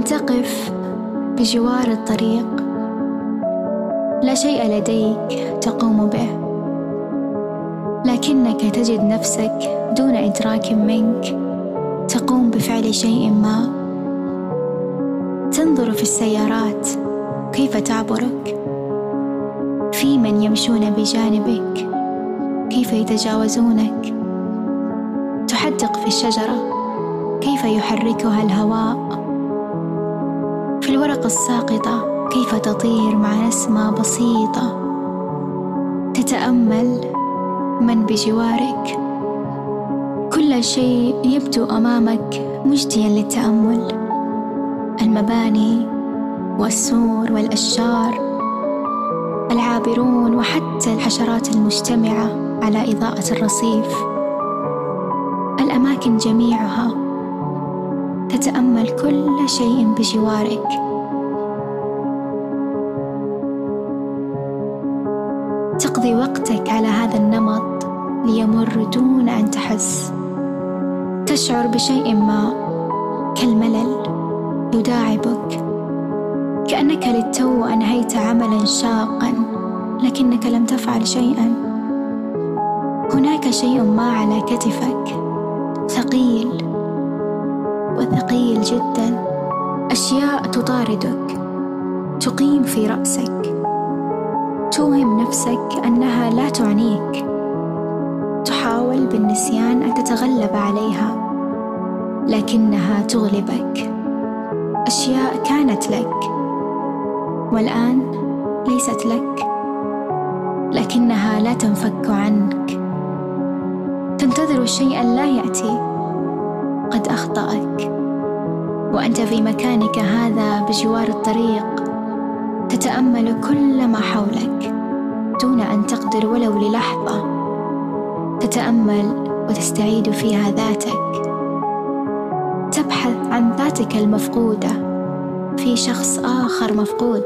أن تقف بجوار الطريق، لا شيء لديك تقوم به، لكنك تجد نفسك دون إدراك منك تقوم بفعل شيء ما. تنظر في السيارات كيف تعبرك، في من يمشون بجانبك كيف يتجاوزونك، تحدق في الشجرة كيف يحركها الهواء، في الورقة الساقطة كيف تطير مع نسمة بسيطة. تتأمل من بجوارك، كل شيء يبدو أمامك مجديا للتأمل، المباني والسور والأشجار، العابرون وحتى الحشرات المجتمعة على إضاءة الرصيف، الأماكن جميعها. تتأمل كل شيء بجوارك. تقضي وقتك على هذا النمط ليمر دون أن تحس. تشعر بشيء ما كالملل يداعبك، كأنك للتو أنهيت عملا شاقا لكنك لم تفعل شيئا. هناك شيء ما على كتفك ثقيل وثقيل جدا، أشياء تطاردك تقيم في رأسك، توهم نفسك أنها لا تعنيك، تحاول بالنسيان أن تتغلب عليها لكنها تغلبك. أشياء كانت لك والآن ليست لك، لكنها لا تنفك عنك. تنتظر شيئا لا يأتي، قد أخطأك وأنت في مكانك هذا بجوار الطريق، تتأمل كل ما حولك دون أن تقدر ولو للحظة. تتأمل وتستعيد فيها ذاتك، تبحث عن ذاتك المفقودة في شخص آخر مفقود.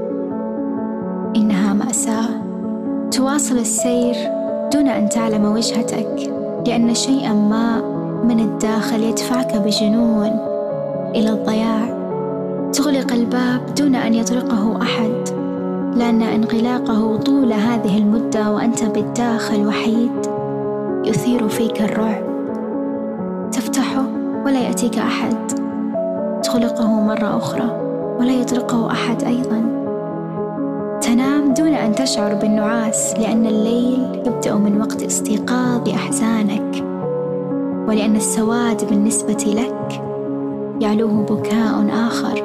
إنها مأساة. تواصل السير دون أن تعلم وجهتك، لأن شيئا ما من الداخل يدفعك بجنون إلى الضياع. تغلق الباب دون أن يطرقه أحد، لأن انغلاقه طول هذه المدة وأنت بالداخل وحيد يثير فيك الرعب. تفتحه ولا يأتيك أحد، تغلقه مرة أخرى ولا يطرقه أحد أيضا. تنام دون أن تشعر بالنعاس، لأن الليل يبدأ من وقت استيقاظ أحزانك، ولأن السواد بالنسبة لك يعلوه بكاء آخر.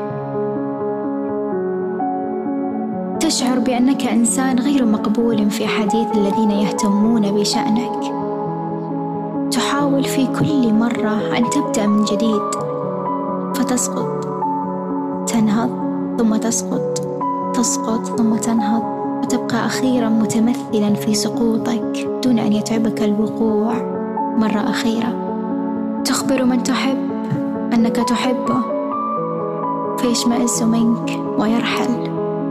تشعر بأنك إنسان غير مقبول في حديث الذين يهتمون بشأنك. تحاول في كل مرة أن تبدأ من جديد، فتسقط، تنهض ثم تسقط، تسقط ثم تنهض، وتبقى أخيرا متمثلا في سقوطك دون أن يتعبك الوقوع مرة أخيرة. تخبر من تحب أنك تحبه فيشمئز منك ويرحل.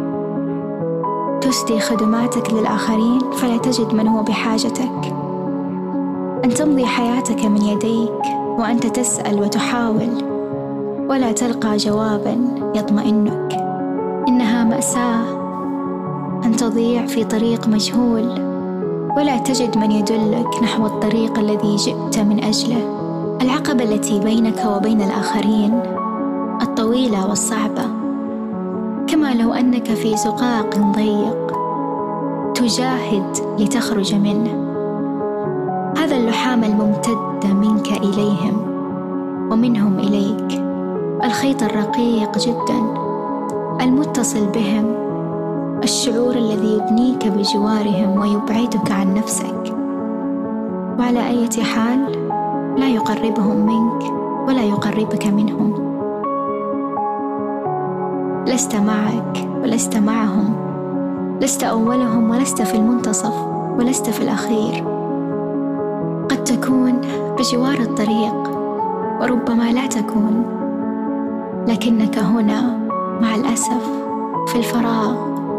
تسدي خدماتك للآخرين فلا تجد من هو بحاجتك. أن تمضي حياتك من يديك وأنت تسأل وتحاول ولا تلقى جوابا يطمئنك. إنها مأساة. أن تضيع في طريق مجهول ولا تجد من يدلك نحو الطريق الذي جئت من أجله. العقبة التي بينك وبين الآخرين الطويلة والصعبة، كما لو أنك في زقاق ضيق تجاهد لتخرج منه. هذا اللحام الممتد منك إليهم ومنهم إليك، الخيط الرقيق جدا المتصل بهم، الشعور الذي يبنيك بجوارهم ويبعدك عن نفسك، وعلى أي حال لا يقربهم منك ولا يقربك منهم. لست معك ولست معهم، لست أولهم ولست في المنتصف ولست في الأخير. قد تكون بجوار الطريق وربما لا تكون، لكنك هنا مع الأسف في الفراغ.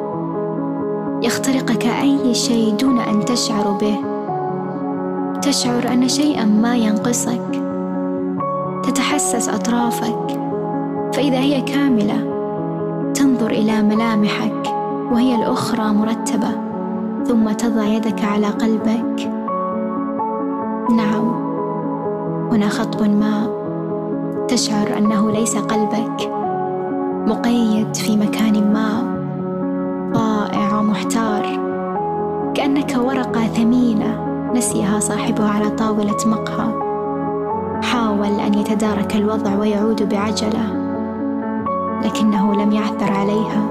يخترقك أي شيء دون أن تشعر به. تشعر أن شيئا ما ينقصك، تتحسس أطرافك فإذا هي كاملة تنظر إلى ملامحك وهي الأخرى مرتبة، ثم تضع يدك على قلبك. نعم، هنا خطب ما تشعر أنه ليس قلبك، مقيد في مكان ما، ضائع ومحتار، كأنك ورقة ثمينة نسيها صاحبها على طاولة مقهى. حاول أن يتدارك الوضع ويعود بعجلة، لكنه لم يعثر عليها،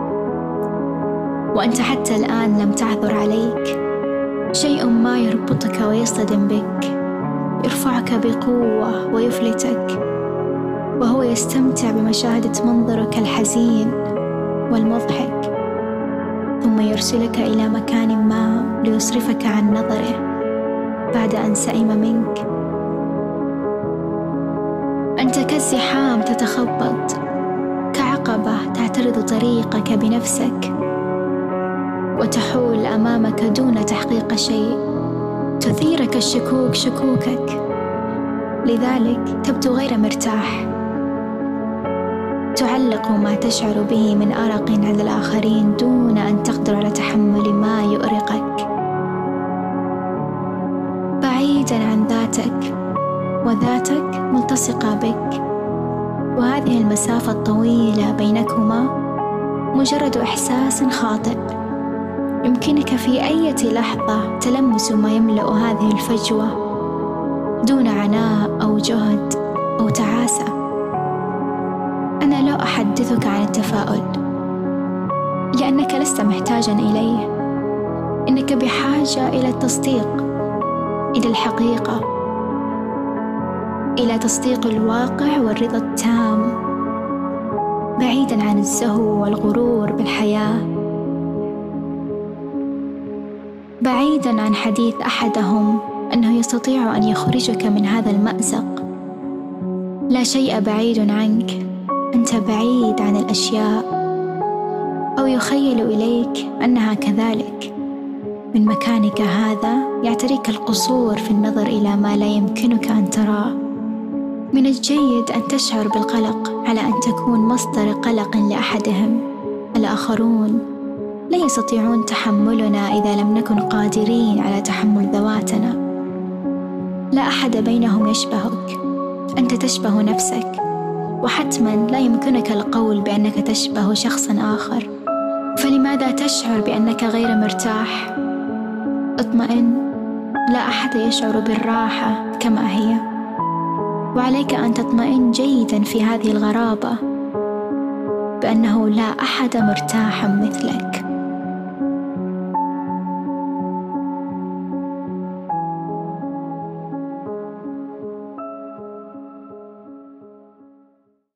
وأنت حتى الآن لم تعثر عليك. شيء ما يربطك ويصطدم بك، يرفعك بقوة ويفلتك، وهو يستمتع بمشاهدة منظرك الحزين والمضحك، ثم يرسلك إلى مكان ما ليصرفك عن نظره بعد أن سئم منك. أنت كالزحام تتخبط، كعقبة تعترض طريقك بنفسك وتحول أمامك دون تحقيق شيء، تثيرك الشكوك شكوكك، لذلك تبدو غير مرتاح، تعلق ما تشعر به من أرق على الآخرين دون أن تقدر على تحمل ما يؤرقك. بعيداً عن ذاتك، وذاتك ملتصقة بك، وهذه المسافة الطويلة بينكما مجرد إحساس خاطئ. يمكنك في أي لحظة تلمس ما يملأ هذه الفجوة دون عناء أو جهد أو تعاسة. أنا لا أحدثك عن التفاؤل، لأنك لست محتاجاً إليه. إنك بحاجة إلى التصديق، إلى الحقيقة، إلى تصديق الواقع والرضا التام، بعيداً عن الزهو والغرور بالحياة، بعيداً عن حديث أحدهم أنه يستطيع أن يخرجك من هذا المأزق. لا شيء بعيد عنك، أنت بعيد عن الأشياء، أو يخيل إليك أنها كذلك. من مكانك هذا يعتريك القصور في النظر إلى ما لا يمكنك أن تراه. من الجيد أن تشعر بالقلق على أن تكون مصدر قلق لأحدهم. الآخرون لا يستطيعون تحملنا إذا لم نكن قادرين على تحمل ذواتنا. لا أحد بينهم يشبهك، أنت تشبه نفسك، وحتما لا يمكنك القول بأنك تشبه شخص آخر. فلماذا تشعر بأنك غير مرتاح؟ اطمئن، لا أحد يشعر بالراحة كما هي، وعليك أن تطمئن جيدا في هذه الغرابة بأنه لا أحد مرتاح مثلك.